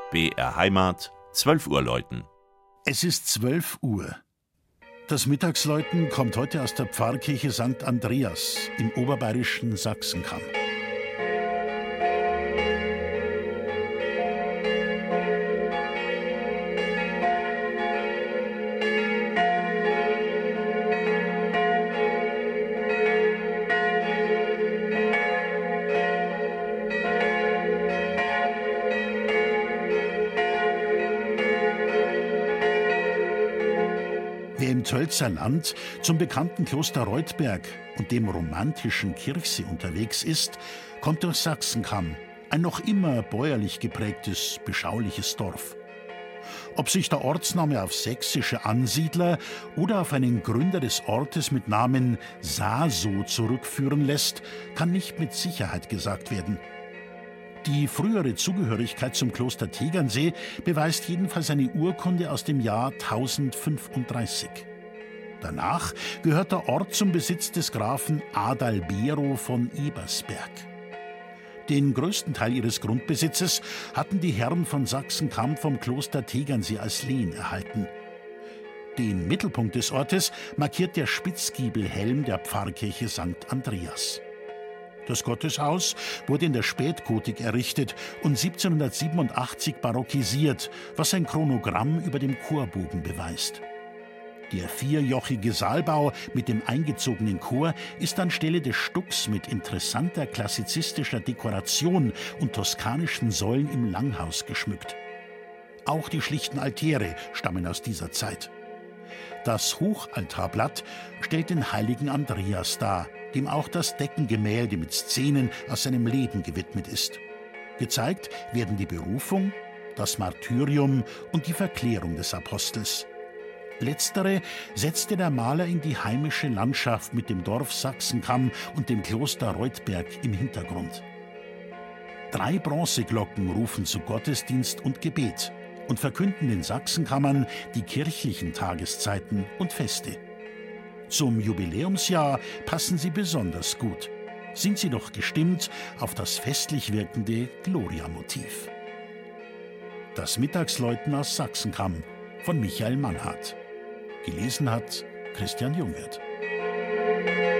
BR Heimat, 12 Uhr läuten. Es ist 12 Uhr. Das Mittagsläuten kommt heute aus der Pfarrkirche St. Andreas im oberbayerischen Sachsenkamm. Wer im Tölzer Land zum bekannten Kloster Reutberg und dem romantischen Kirchsee unterwegs ist, kommt durch Sachsenkamm, ein noch immer bäuerlich geprägtes, beschauliches Dorf. Ob sich der Ortsname auf sächsische Ansiedler oder auf einen Gründer des Ortes mit Namen Saso zurückführen lässt, kann nicht mit Sicherheit gesagt werden. Die frühere Zugehörigkeit zum Kloster Tegernsee beweist jedenfalls eine Urkunde aus dem Jahr 1035. Danach gehört der Ort zum Besitz des Grafen Adalbero von Ebersberg. Den größten Teil ihres Grundbesitzes hatten die Herren von Sachsenkamm vom Kloster Tegernsee als Lehen erhalten. Den Mittelpunkt des Ortes markiert der Spitzgiebelhelm der Pfarrkirche St. Andreas. Das Gotteshaus wurde in der Spätgotik errichtet und 1787 barockisiert, was ein Chronogramm über dem Chorbogen beweist. Der vierjochige Saalbau mit dem eingezogenen Chor ist anstelle des Stucks mit interessanter klassizistischer Dekoration und toskanischen Säulen im Langhaus geschmückt. Auch die schlichten Altäre stammen aus dieser Zeit. Das Hochaltarblatt stellt den heiligen Andreas dar, dem auch das Deckengemälde mit Szenen aus seinem Leben gewidmet ist. Gezeigt werden die Berufung, das Martyrium und die Verklärung des Apostels. Letztere setzte der Maler in die heimische Landschaft mit dem Dorf Sachsenkamm und dem Kloster Reutberg im Hintergrund. 3 Bronzeglocken rufen zu Gottesdienst und Gebet und verkünden den Sachsenkammern die kirchlichen Tageszeiten und Feste. Zum Jubiläumsjahr passen sie besonders gut. Sind sie doch gestimmt auf das festlich wirkende Gloria-Motiv. Das Mittagsläuten aus Sachsenkamm von Michael Mannhardt. Gelesen hat Christian Jungwirth.